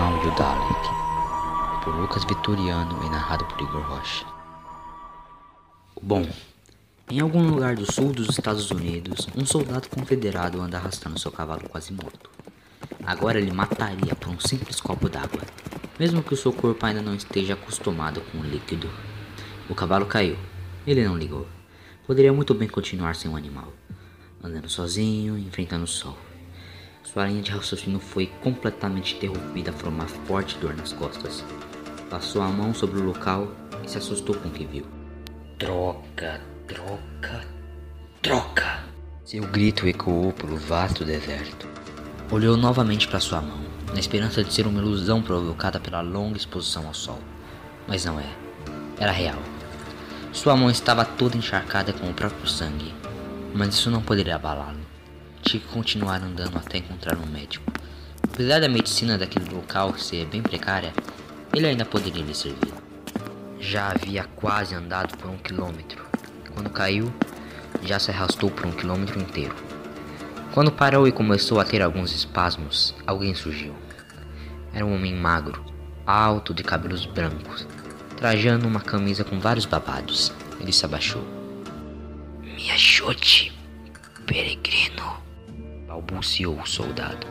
Áudio Dalek, por Lucas Vitoriano e narrado por Igor Rocha. Bom, em algum lugar do sul dos Estados Unidos, um soldado confederado anda arrastando seu cavalo quase morto. Agora ele mataria por um simples copo d'água, mesmo que o seu corpo ainda não esteja acostumado com o líquido. O cavalo caiu. Ele não ligou. Poderia muito bem continuar sem o animal, andando sozinho, enfrentando o sol. Sua linha de raciocínio foi completamente interrompida por uma forte dor nas costas. Passou a mão sobre o local e se assustou com o que viu. Droga, droga, droga! Seu grito ecoou pelo vasto deserto. Olhou novamente para sua mão, na esperança de ser uma ilusão provocada pela longa exposição ao sol. Mas não é. Era real. Sua mão estava toda encharcada com o próprio sangue, mas isso não poderia abalá-lo. Tinha que continuar andando até encontrar um médico. Apesar da medicina daquele local ser bem precária, ele ainda poderia lhe servir. Já havia quase andado por 1 quilômetro. Quando caiu, já se arrastou por 1 quilômetro inteiro. Quando parou e começou a ter alguns espasmos, alguém surgiu. Era um homem magro, alto, de cabelos brancos, trajando uma camisa com vários babados. Ele se abaixou. "Me ajude, peregrino", balbuciou o soldado.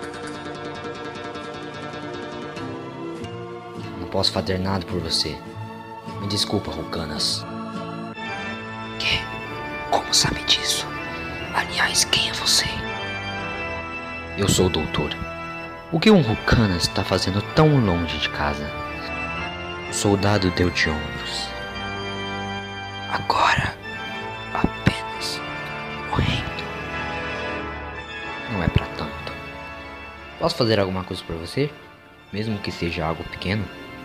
"Não posso fazer nada por você. Me desculpa, Rucanas." "Que? Como sabe disso? Aliás, quem é você?" "Eu sou o doutor. O que um Rucanas está fazendo tão longe de casa?" O soldado deu de ombros. "Agora, apenas morrendo. Não é pra tanto. Posso fazer alguma coisa por você? Mesmo que seja algo pequeno?"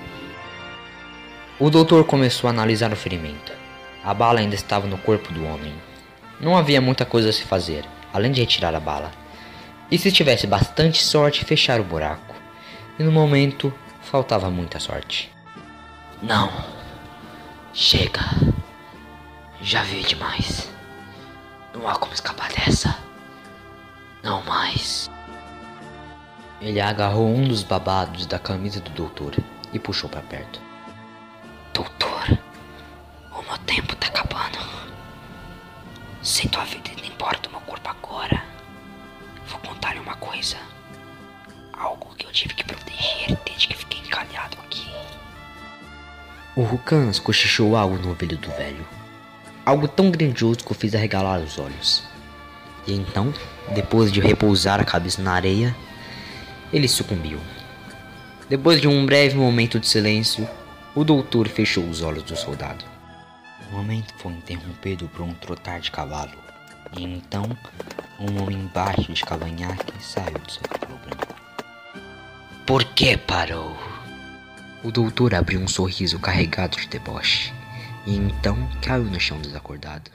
O doutor começou a analisar o ferimento. A bala ainda estava no corpo do homem. Não havia muita coisa a se fazer, além de retirar a bala. E se tivesse bastante sorte, fechar o buraco. E no momento, faltava muita sorte. "Não. Chega. Já vi demais. Não há como escapar dessa. Não mais." Ele agarrou um dos babados da camisa do doutor e puxou para perto. "Doutor, o meu tempo tá acabando. Sinto a vida indo embora do meu corpo agora. Vou contar-lhe uma coisa. Algo que eu tive que proteger desde que fiquei encalhado aqui." O Rucanas cochichou algo no ouvido do velho. Algo tão grandioso que o fez arregalar os olhos. E então, depois de repousar a cabeça na areia, ele sucumbiu. Depois de um breve momento de silêncio, o doutor fechou os olhos do soldado. O momento foi interrompido por um trotar de cavalo. E então, um homem baixo de cavanhaque saiu do seu cavalo branco. "Por que parou?" O doutor abriu um sorriso carregado de deboche. E então caiu no chão desacordado.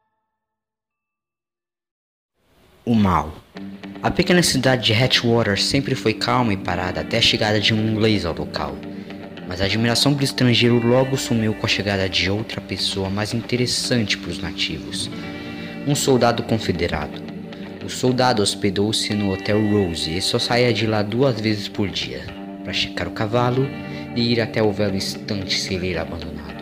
O mal. A pequena cidade de Hatchwater sempre foi calma e parada até a chegada de um inglês ao local. Mas a admiração do estrangeiro logo sumiu com a chegada de outra pessoa mais interessante para os nativos. Um soldado confederado. O soldado hospedou-se no Hotel Rose e só saía de lá 2 vezes por dia, para checar o cavalo e ir até o velho estante celeiro abandonado.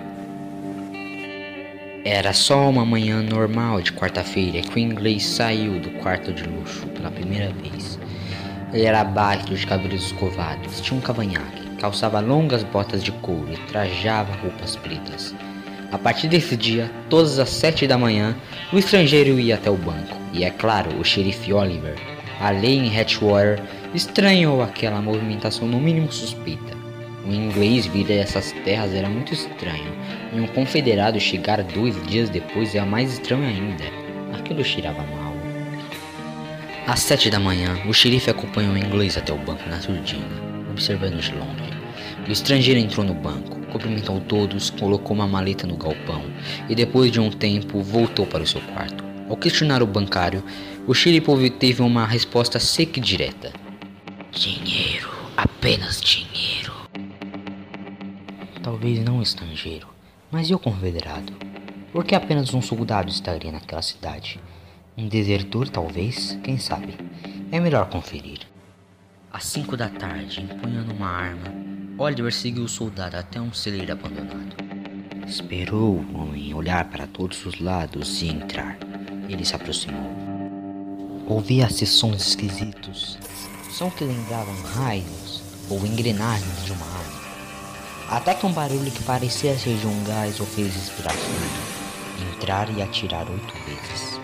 Era só uma manhã normal de quarta-feira que o inglês saiu do quarto de luxo pela primeira vez. Ele era baixo, de cabelos escovados, tinha um cavanhaque, calçava longas botas de couro e trajava roupas pretas. A partir desse dia, todas as 7 da manhã, o estrangeiro ia até o banco. E é claro, o xerife Oliver, a lei em Hatchwater, estranhou aquela movimentação no mínimo suspeita. O inglês vir a essas terras era muito estranho, e um confederado chegar 2 dias depois era mais estranho ainda. Aquilo cheirava mal. Às 7 da manhã, o xerife acompanhou o inglês até o banco na surdina, observando de longe. O estrangeiro entrou no banco, cumprimentou todos, colocou uma maleta no galpão e depois de um tempo voltou para o seu quarto. Ao questionar o bancário, o xerife obteve uma resposta seca e direta. "Dinheiro, apenas dinheiro." Talvez não estrangeiro, mas e o confederado? Por que apenas um soldado estaria naquela cidade? Um desertor, talvez? Quem sabe? É melhor conferir. Às 5 da tarde, empunhando uma arma, Oliver seguiu o soldado até um celeiro abandonado. Esperou o homem olhar para todos os lados e entrar. Ele se aproximou. Ouvia-se sons esquisitos, som que lembravam raios ou engrenagens de uma arma. Até que um barulho que parecia ser de um gás o fez respirar fundo, entrar e atirar 8 vezes.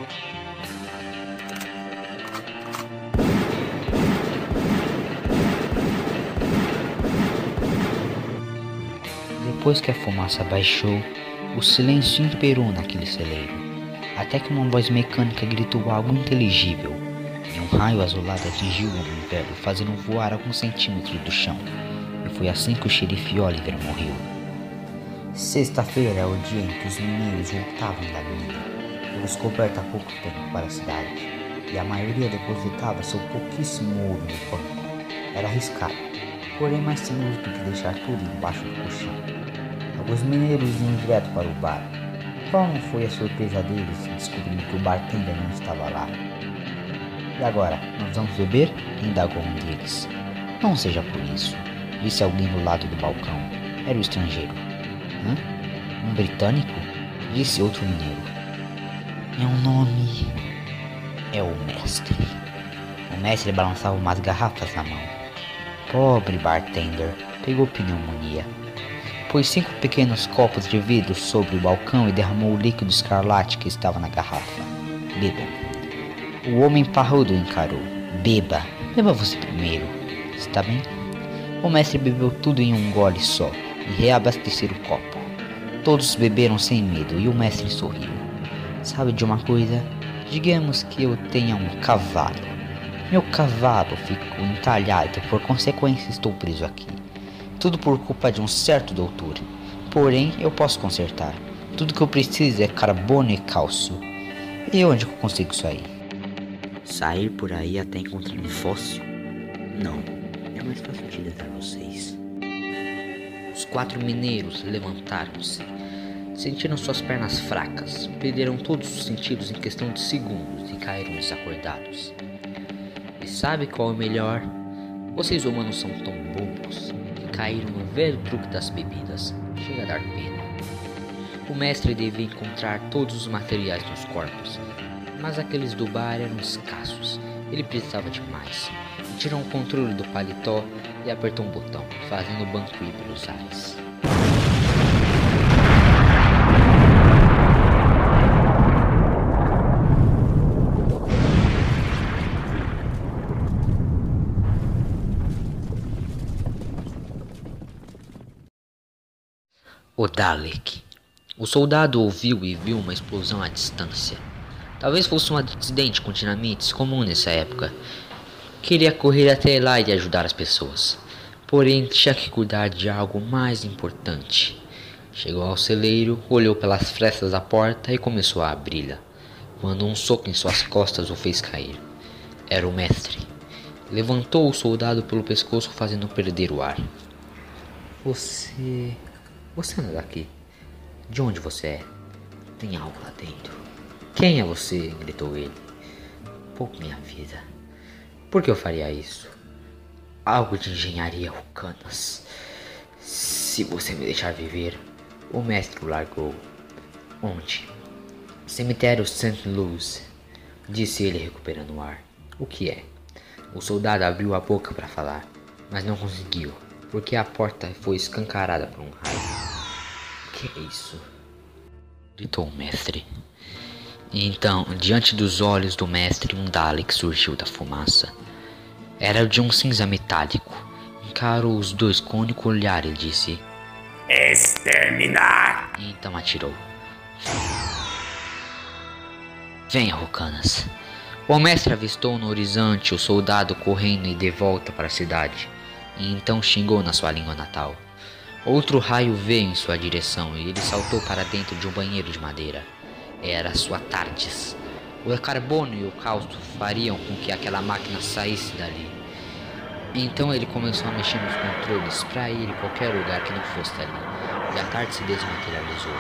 Depois que a fumaça baixou, o silêncio imperou naquele celeiro, até que uma voz mecânica gritou algo inteligível, e um raio azulado atingiu o homem velho, fazendo voar alguns centímetros do chão, e foi assim que o xerife Oliver morreu. Sexta-feira é o dia em que os mineiros voltavam da mina, foi descoberto há pouco tempo para a cidade, e a maioria depositava seu pouquíssimo ouro no banco. Era arriscado, porém mais simples do que deixar tudo embaixo do colchão. Alguns mineiros iam direto para o bar. Qual não foi a surpresa deles descobrindo que o bartender não estava lá? E agora, nós vamos beber? Indagou um deles. Não seja por isso, disse alguém do lado do balcão. Era o estrangeiro. Hã? Um britânico? Disse outro mineiro. Meu nome é o mestre. O mestre balançava umas garrafas na mão. Pobre bartender, pegou pneumonia. Pôs 5 pequenos copos de vidro sobre o balcão e derramou o líquido escarlate que estava na garrafa. Bebam. O homem parrudo encarou. Beba você primeiro. Está bem? O mestre bebeu tudo em um gole só e reabasteceu o copo. Todos beberam sem medo e o mestre sorriu. Sabe de uma coisa? Digamos que eu tenha um cavalo. Meu cavalo ficou entalhado e por consequência estou preso aqui. Tudo por culpa de um certo doutor. Porém, eu posso consertar. Tudo que eu preciso é carbono e cálcio. E onde eu consigo sair? Sair por aí até encontrar um fóssil? Não, é mais fácil utilizar vocês. Os 4 mineiros levantaram-se. Sentiram suas pernas fracas, perderam todos os sentidos em questão de segundos e caíram desacordados. E sabe qual é o melhor? Vocês humanos são tão bobos que caíram no velho truque das bebidas. Chega a dar pena. O mestre devia encontrar todos os materiais dos corpos, mas aqueles do bar eram escassos. Ele precisava de mais. Tirou o controle do paletó e apertou um botão, fazendo o banco ir pelos ares. O Dalek. O soldado ouviu e viu uma explosão à distância. Talvez fosse um acidente com dinamites comum nessa época. Queria correr até lá e ajudar as pessoas. Porém, tinha que cuidar de algo mais importante. Chegou ao celeiro, olhou pelas frestas da porta e começou a abri-la, quando um soco em suas costas o fez cair. Era o mestre. Levantou o soldado pelo pescoço, fazendo perder o ar. Você não é daqui. De onde você é? Tem algo lá dentro. Quem é você? Gritou ele. Pouco minha vida. Por que eu faria isso? Algo de engenharia Rucanas. Se você me deixar viver. O mestre o largou. Onde? Cemitério St. Louis, disse ele recuperando o ar. O que é? O soldado abriu a boca para falar, mas não conseguiu, porque a porta foi escancarada por um raio. Que é isso? Gritou o mestre. E então, diante dos olhos do mestre, um Dalek surgiu da fumaça. Era de um cinza metálico. Encarou os dois com um único olhar e disse: exterminar! E então atirou. Venha, Rucanas. O mestre avistou no horizonte o soldado correndo e de volta para a cidade. E então xingou na sua língua natal. Outro raio veio em sua direção e ele saltou para dentro de um banheiro de madeira. Era sua TARDIS. O carbono e o cálcio fariam com que aquela máquina saísse dali. Então ele começou a mexer nos controles para ir em qualquer lugar que não fosse ali. E a TARDIS se desmaterializou.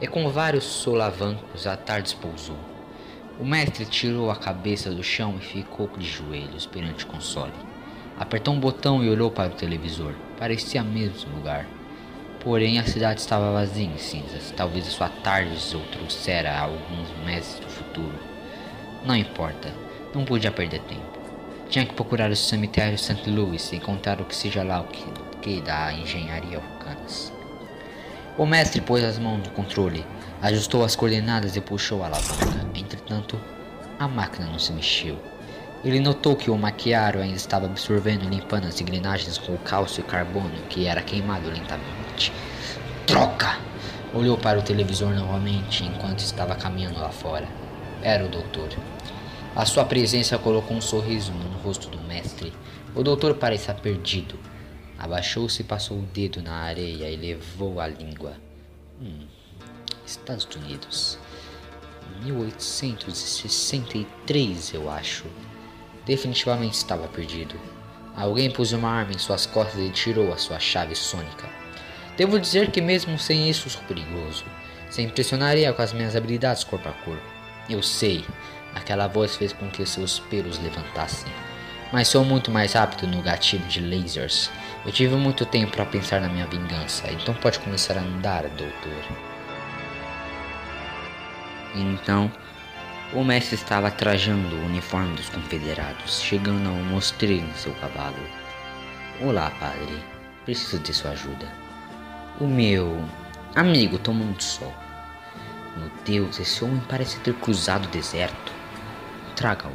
e com vários solavancos a tarde pousou. O mestre tirou a cabeça do chão e ficou de joelhos perante o console. Apertou um botão e olhou para o televisor. Parecia mesmo lugar. Porém, a cidade estava vazia em cinzas. Talvez a sua tarde ou trouxera alguns mestres do futuro. Não importa, não podia perder tempo. Tinha que procurar o cemitério St. Louis e encontrar o que seja lá o que da engenharia Vulcanas. O mestre pôs as mãos no controle, ajustou as coordenadas e puxou a alavanca. Entretanto, a máquina não se mexeu. Ele notou que o maquiário ainda estava absorvendo e limpando as engrenagens com o cálcio e carbono que era queimado lentamente. Troca! Olhou para o televisor novamente enquanto estava caminhando lá fora. Era o doutor. A sua presença colocou um sorriso no rosto do mestre. O doutor parecia perdido. Abaixou-se e passou o dedo na areia e levou a língua. Estados Unidos. 1863, eu acho. Definitivamente estava perdido. Alguém pôs uma arma em suas costas e tirou a sua chave sônica. Devo dizer que mesmo sem isso sou perigoso. Se impressionaria com as minhas habilidades corpo a corpo. Eu sei, aquela voz fez com que seus pelos levantassem. Mas sou muito mais rápido no gatilho de lasers. Eu tive muito tempo para pensar na minha vingança, então pode começar a andar, doutor. Então, o mestre estava trajando o uniforme dos confederados, chegando ao mostreiro em seu cavalo. Olá, padre. Preciso de sua ajuda. O meu amigo tomou um sol. Meu Deus, esse homem parece ter cruzado o deserto. Traga-o.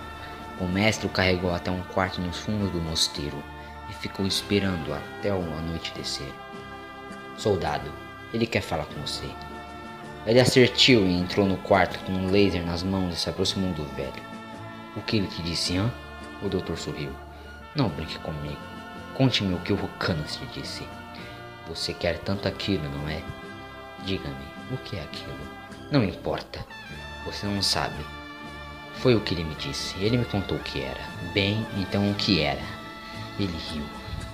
O mestre o carregou até um quarto nos fundos do mosteiro e ficou esperando até a noite descer. Soldado, ele quer falar com você. Ele assertiu e entrou no quarto com um laser nas mãos e se aproximou do velho. O que ele te disse, hã? O doutor sorriu. Não brinque comigo. Conte-me o que o Vulcanas te disse. Você quer tanto aquilo, não é? Diga-me, o que é aquilo? Não importa. Você não sabe. Foi o que ele me disse. Ele me contou o que era. Bem, então o que era? Ele riu.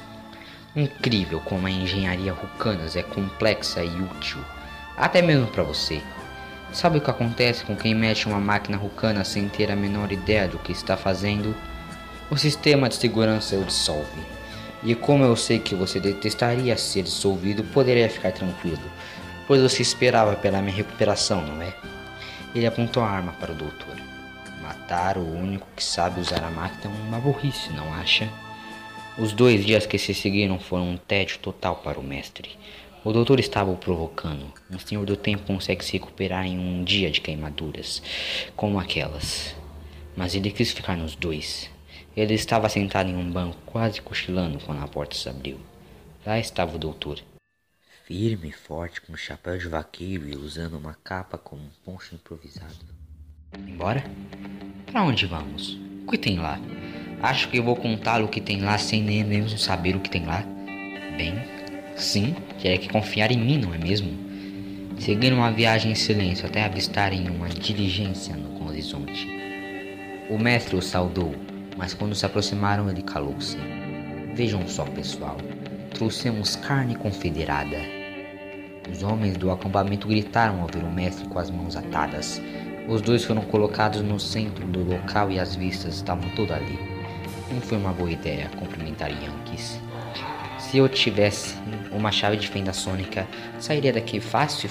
Incrível como a engenharia Vulcanas é complexa e útil. Até mesmo para você. Sabe o que acontece com quem mexe uma máquina Vulcana sem ter a menor ideia do que está fazendo? O sistema de segurança o dissolve. E como eu sei que você detestaria ser dissolvido, poderia ficar tranquilo, pois você esperava pela minha recuperação, não é? Ele apontou a arma para o doutor. Matar o único que sabe usar a máquina é uma burrice, não acha? Os 2 dias que se seguiram foram um tédio total para o mestre. O doutor estava o provocando. Um senhor do tempo consegue se recuperar em um dia de queimaduras, como aquelas. Mas ele quis ficar nos 2. Ele estava sentado em um banco, quase cochilando, quando a porta se abriu. Lá estava o doutor. Firme e forte, com um chapéu de vaqueiro e usando uma capa como um poncho improvisado. Embora? Para onde vamos? O que tem lá? Acho que eu vou contá-lo o que tem lá sem nem mesmo saber o que tem lá. Bem, sim, terá que confiar em mim, não é mesmo? Seguiram uma viagem em silêncio até avistarem uma diligência no horizonte. O mestre o saudou, mas quando se aproximaram ele calou-se. Vejam só, pessoal, trouxemos carne confederada. Os homens do acampamento gritaram ao ver o mestre com as mãos atadas. Os 2 foram colocados no centro do local e as vistas estavam todas ali. Não foi uma boa ideia cumprimentar Yankees. Se eu tivesse uma chave de fenda sônica, sairia daqui fácil.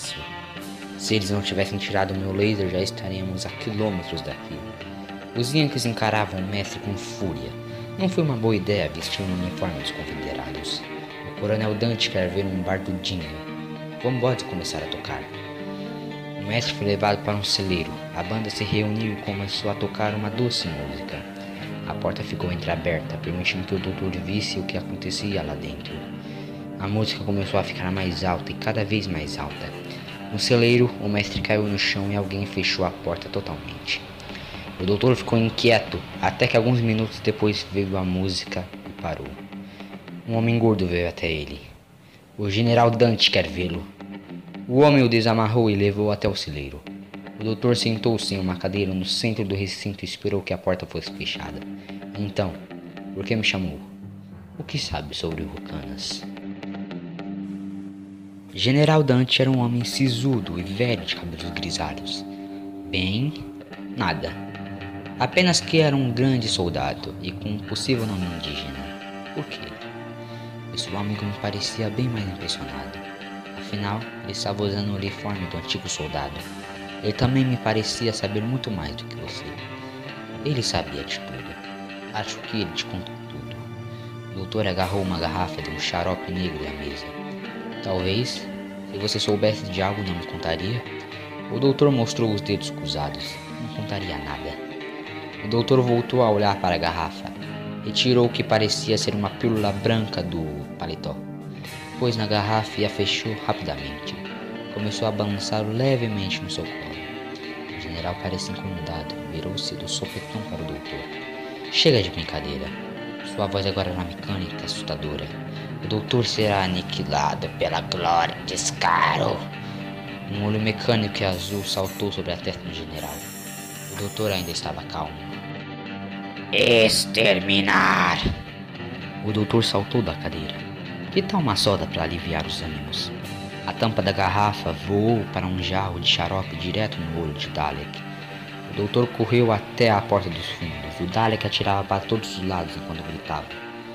Se eles não tivessem tirado meu laser, já estaríamos a quilômetros daqui. Os Yankees encaravam o mestre com fúria. Não foi uma boa ideia vestir um uniforme dos confederados. O coronel Dante quer ver um bardudinho. Vamos começar a tocar. O mestre foi levado para um celeiro. A banda se reuniu e começou a tocar uma doce música. A porta ficou entreaberta, permitindo que o doutor visse o que acontecia lá dentro. A música começou a ficar mais alta e cada vez mais alta. No celeiro, o mestre caiu no chão e alguém fechou a porta totalmente. O doutor ficou inquieto, até que alguns minutos depois veio a música e parou. Um homem gordo veio até ele. O general Dante quer vê-lo. O homem o desamarrou e levou até o celeiro. O doutor sentou-se em uma cadeira no centro do recinto e esperou que a porta fosse fechada. Então, por que me chamou? O que sabe sobre Vulcanas? General Dante era um homem sisudo e velho de cabelos grisalhos. Bem, nada. Apenas que era um grande soldado e com um possível nome indígena. Por quê? Esse amigo me parecia bem mais impressionado. Afinal, ele estava usando o uniforme do antigo soldado. Ele também me parecia saber muito mais do que você. Ele sabia de tudo. Acho que ele te contou tudo. O doutor agarrou uma garrafa de um xarope negro da mesa. Talvez, se você soubesse de algo, não me contaria. O doutor mostrou os dedos cruzados. Não contaria nada. O doutor voltou a olhar para a garrafa. Retirou o que parecia ser uma pílula branca do paletó. Pôs na garrafa e a fechou rapidamente. Começou a balançar levemente no seu colo. O general parecia incomodado. Virou-se do sopetão para o doutor. Chega de brincadeira. Sua voz agora era mecânica e assustadora. O doutor será aniquilado pela glória e descaro. Um olho mecânico e azul saltou sobre a testa do general. O doutor ainda estava calmo. Exterminar! O doutor saltou da cadeira. Que tal uma soda para aliviar os ânimos? A tampa da garrafa voou para um jarro de xarope direto no olho de Dalek. O doutor correu até a porta dos fundos. O Dalek atirava para todos os lados enquanto gritava.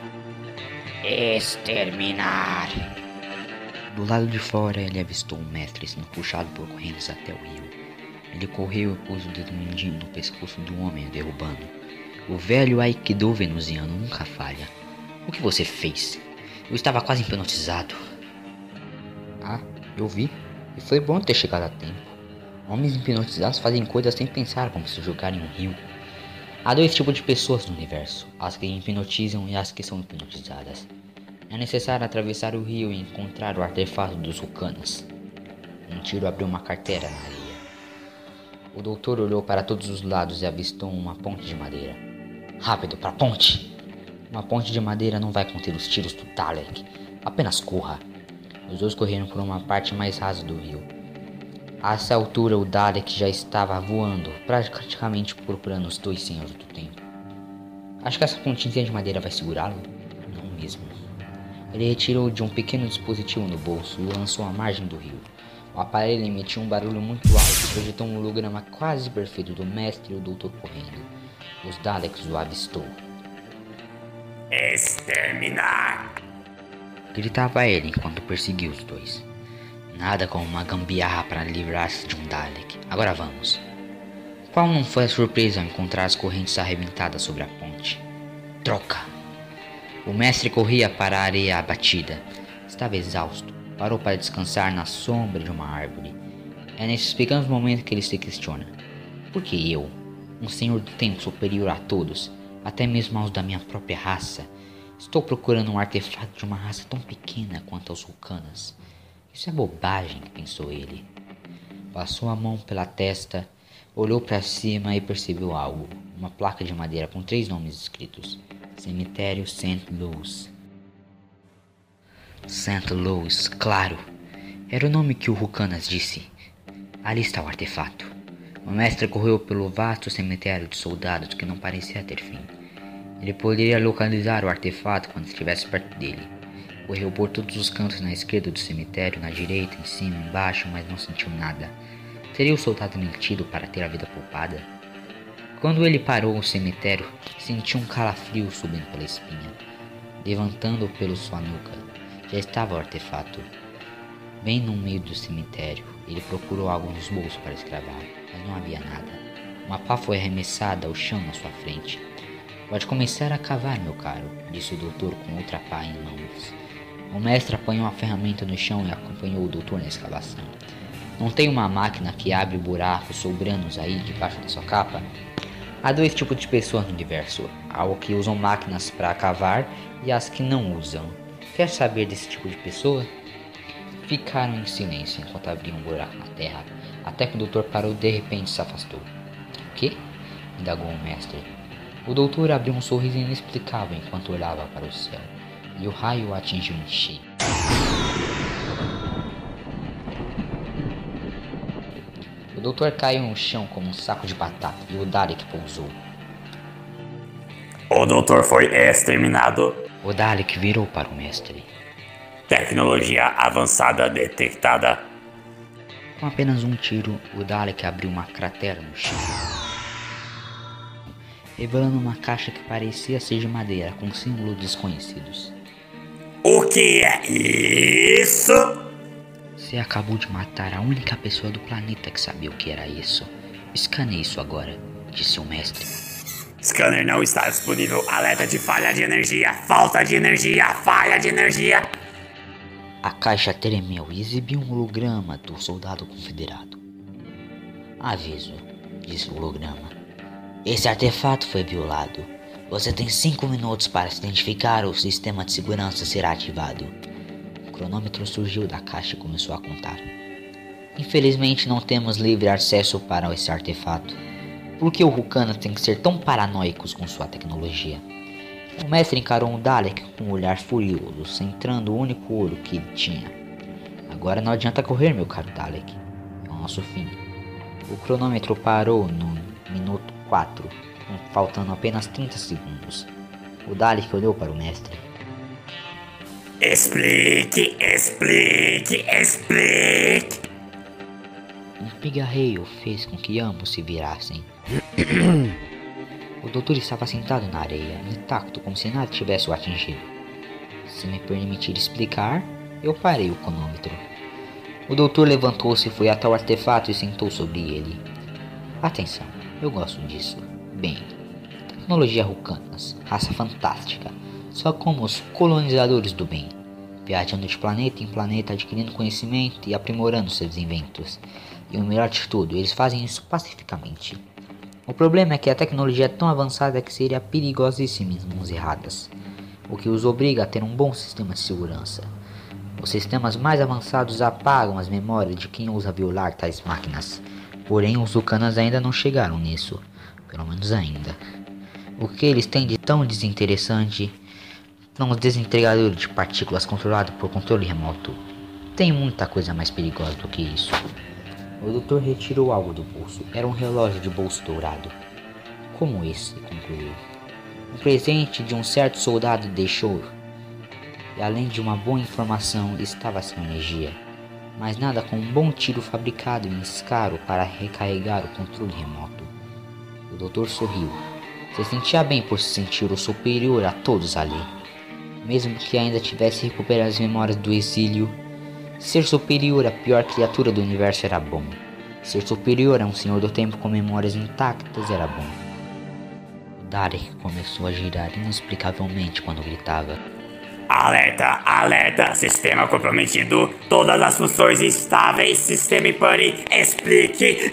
Exterminar! Do lado de fora ele avistou um mestre sendo puxado por correntes até o rio. Ele correu e pôs o dedo mindinho no pescoço do homem, derrubando. O velho Aikido venusiano nunca falha. O que você fez? Eu estava quase hipnotizado. Ah, eu vi. E foi bom ter chegado a tempo. Homens hipnotizados fazem coisas sem pensar, como se jogarem um rio. Há dois tipos de pessoas no universo, as que hipnotizam e as que são hipnotizadas. É necessário atravessar o rio e encontrar o artefato dos Vulcanas. Um tiro abriu uma carteira na areia. O doutor olhou para todos os lados e avistou uma ponte de madeira. Rápido, para a ponte! Uma ponte de madeira não vai conter os tiros do Dalek. Apenas corra. Os dois correram por uma parte mais rasa do rio. A essa altura o Dalek já estava voando, praticamente procurando os dois senhores do tempo. Acho que essa pontinha de madeira vai segurá-lo? Não mesmo. Ele retirou de um pequeno dispositivo no bolso e o lançou à margem do rio. O aparelho emitiu um barulho muito alto e projetou um holograma quase perfeito do mestre e o doutor correndo. Os Daleks o avistou. Exterminar! Gritava ele enquanto perseguia os dois. Nada como uma gambiarra para livrar-se de um Dalek. Agora vamos. Qual não foi a surpresa ao encontrar as correntes arrebentadas sobre a ponte? Troca! O mestre corria para a areia abatida. Estava exausto. Parou para descansar na sombra de uma árvore. É nesses pequenos momentos que ele se questiona. Por que eu, um senhor do tempo superior a todos, até mesmo aos da minha própria raça, estou procurando um artefato de uma raça tão pequena quanto os Vulcanas? Isso é bobagem, pensou ele. Passou a mão pela testa, olhou para cima e percebeu algo. Uma placa de madeira com 3 nomes escritos. Cemitério St. Louis. St. Louis, claro. Era o nome que o Vulcanas disse. Ali está o artefato. O mestre correu pelo vasto cemitério de soldados que não parecia ter fim. Ele poderia localizar o artefato quando estivesse perto dele. Correu por todos os cantos na esquerda do cemitério, na direita, em cima, embaixo, mas não sentiu nada. Teria o soldado mentido para ter a vida poupada? Quando ele parou no cemitério, sentiu um calafrio subindo pela espinha, levantando-o pela sua nuca. Já estava o artefato. Bem no meio do cemitério, ele procurou algo nos bolsos para escravar, mas não havia nada. Uma pá foi arremessada ao chão na sua frente. Pode começar a cavar, meu caro, disse o doutor com outra pá em mãos. O mestre apanhou a ferramenta no chão e acompanhou o doutor na escavação. Não tem uma máquina que abre buracos sobranos aí debaixo da sua capa? Há 2 tipos de pessoas no universo. Há os que usam máquinas para cavar e as que não usam. Quer saber desse tipo de pessoa? Ficaram em silêncio enquanto abriam um buraco na terra, até que o doutor parou e de repente se afastou. O quê? Indagou o mestre. O doutor abriu um sorriso inexplicável enquanto olhava para o céu, e o raio o atingiu em cheio. O doutor caiu no chão como um saco de batata e o Dalek pousou. O doutor foi exterminado. O Dalek virou para o mestre. Tecnologia avançada detectada. Com apenas um tiro, o Dalek abriu uma cratera no chão, revelando uma caixa que parecia ser de madeira com símbolos desconhecidos. O que é isso? Você acabou de matar a única pessoa do planeta que sabia o que era isso. Escaneie isso agora, disse o mestre. Scanner não está disponível. Alerta de falha de energia. Falta de energia. Falha de energia. A caixa tremeu e exibiu um holograma do soldado confederado. Aviso, disse o holograma. Esse artefato foi violado. Você tem 5 minutos para se identificar ou o sistema de segurança será ativado. O cronômetro surgiu da caixa e começou a contar. Infelizmente não temos livre acesso para esse artefato. Por que o Vulcano tem que ser tão paranoicos com sua tecnologia? O mestre encarou um Dalek com um olhar furioso, centrando o único ouro que ele tinha. Agora não adianta correr, meu caro Dalek. É o nosso fim. O cronômetro parou no minuto 4, faltando apenas 30 segundos. O Dalek olhou para o mestre. Explique. Um pigarreio fez com que ambos se virassem. O doutor estava sentado na areia, intacto, como se nada tivesse o atingido. Se me permitir explicar, eu parei o cronômetro. O doutor levantou-se, foi até o artefato e sentou sobre ele. Atenção, eu gosto disso. Bem, tecnologia Vulcanas, raça fantástica, só como os colonizadores do bem, viajando de planeta em planeta, adquirindo conhecimento e aprimorando seus inventos. E o melhor de tudo, eles fazem isso pacificamente. O problema é que a tecnologia é tão avançada que seria perigosíssima em mãos erradas, o que os obriga a ter um bom sistema de segurança. Os sistemas mais avançados apagam as memórias de quem ousa violar tais máquinas, porém os Vulcanas ainda não chegaram nisso, pelo menos ainda. O que eles têm de tão desinteressante são os desintegradores de partículas controlados por controle remoto. Tem muita coisa mais perigosa do que isso. O doutor retirou algo do bolso. Era um relógio de bolso dourado. Como esse, concluiu. Um presente de um certo soldado deixou. E além de uma boa informação, estava sem energia. Mas nada como um bom tiro fabricado em escaro para recarregar o controle remoto. O doutor sorriu. Se sentia bem por se sentir o superior a todos ali. Mesmo que ainda tivesse recuperado as memórias do exílio. Ser superior à pior criatura do universo era bom. Ser superior a um senhor do tempo com memórias intactas era bom. O Dalek começou a girar inexplicavelmente quando gritava. Alerta, sistema comprometido, todas as funções instáveis, sistema em pane, explique.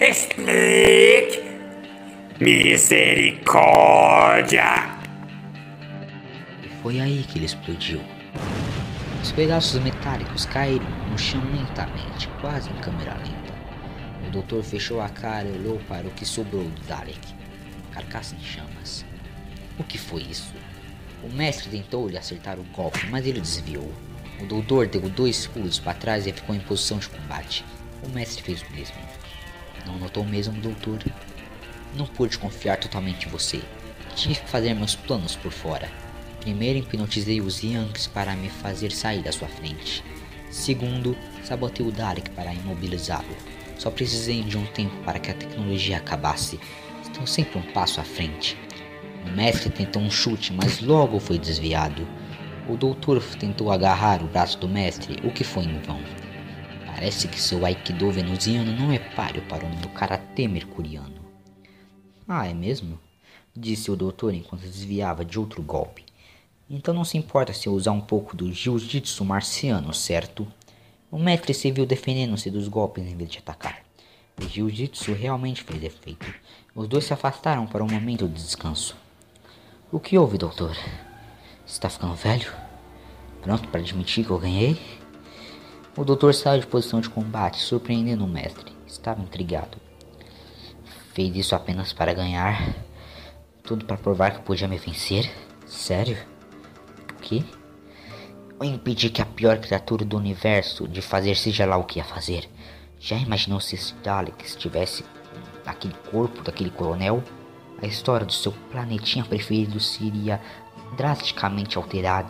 Misericórdia! E foi aí que ele explodiu. Os pedaços metálicos caíram no chão lentamente, quase em câmera lenta. O doutor fechou a cara e olhou para o que sobrou do Dalek. Carcaça em chamas. O que foi isso? O mestre tentou lhe acertar o golpe, mas ele desviou. O doutor deu 2 pulos para trás e ficou em posição de combate. O mestre fez o mesmo. Não notou mesmo, doutor? Não pude confiar totalmente em você. Tive que fazer meus planos por fora. Primeiro, hipnotizei os Yankees para me fazer sair da sua frente. Segundo, sabotei o Dalek para imobilizá-lo. Só precisei de um tempo para que a tecnologia acabasse. Estou sempre um passo à frente. O mestre tentou um chute, mas logo foi desviado. O doutor tentou agarrar o braço do mestre, o que foi em vão. Parece que seu Aikido venusiano não é páreo para o meu karatê mercuriano. Ah, é mesmo? Disse o doutor enquanto desviava de outro golpe. Então não se importa se eu usar um pouco do jiu-jitsu marciano, certo? O mestre se viu defendendo-se dos golpes em vez de atacar. O jiu-jitsu realmente fez efeito. Os dois se afastaram para um momento de descanso. O que houve, doutor? Está ficando velho? Pronto para admitir que eu ganhei? O doutor saiu de posição de combate, surpreendendo o mestre. Estava intrigado. Fez isso apenas para ganhar? Tudo para provar que podia me vencer? Sério? O quê? Eu impedi que a pior criatura do universo de fazer seja lá o que ia fazer. Já imaginou se esse Dalek estivesse naquele corpo daquele coronel? A história do seu planetinha preferido seria drasticamente alterada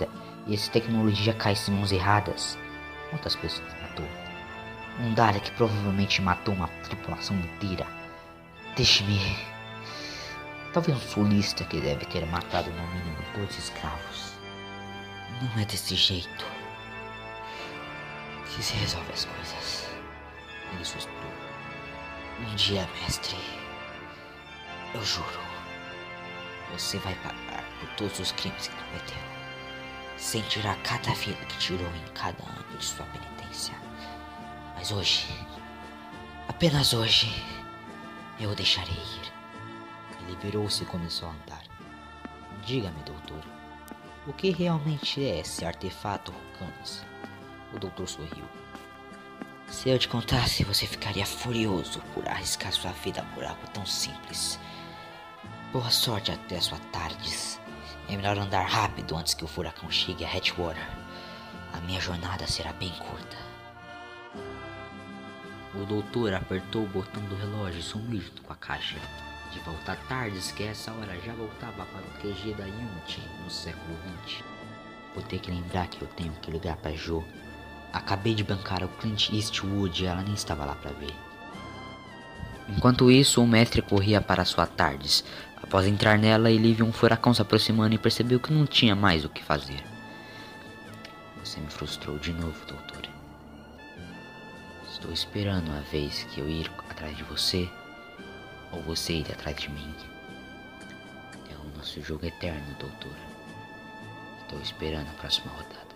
E essa tecnologia caísse em mãos erradas, quantas pessoas matou? Um Dalek que provavelmente matou uma tripulação inteira. Deixe-me. Talvez um sulista que deve ter matado no mínimo 2 escravos. Não é desse jeito que se resolve as coisas. Ele suspirou. Um dia, mestre, eu juro, você vai pagar por todos os crimes que cometeu. Sentirá cada vida que tirou em cada ano de sua penitência. Mas hoje, apenas hoje, eu o deixarei ir. Ele virou-se e começou a andar. Diga-me, doutor, o que realmente é esse artefato Rucanos? O doutor sorriu. Se eu te contasse, você ficaria furioso por arriscar sua vida por algo tão simples. Boa sorte até sua tardes. É melhor andar rápido antes que o furacão chegue a Hatchwater. A minha jornada será bem curta. O doutor apertou o botão do relógio e sumiu junto com a caixa. De volta à tardes, que a essa hora já voltava para o QG da Unity no século XX. Vou ter que lembrar que eu tenho que ligar para Jo. Acabei de bancar o Clint Eastwood e ela nem estava lá para ver. Enquanto isso, o mestre corria para sua tardes. Após entrar nela, ele viu um furacão se aproximando e percebeu que não tinha mais o que fazer. Você me frustrou de novo, doutor. Estou esperando a vez que eu ir atrás de você, ou você ir atrás de mim. É o nosso jogo eterno, doutor. Estou esperando a próxima rodada.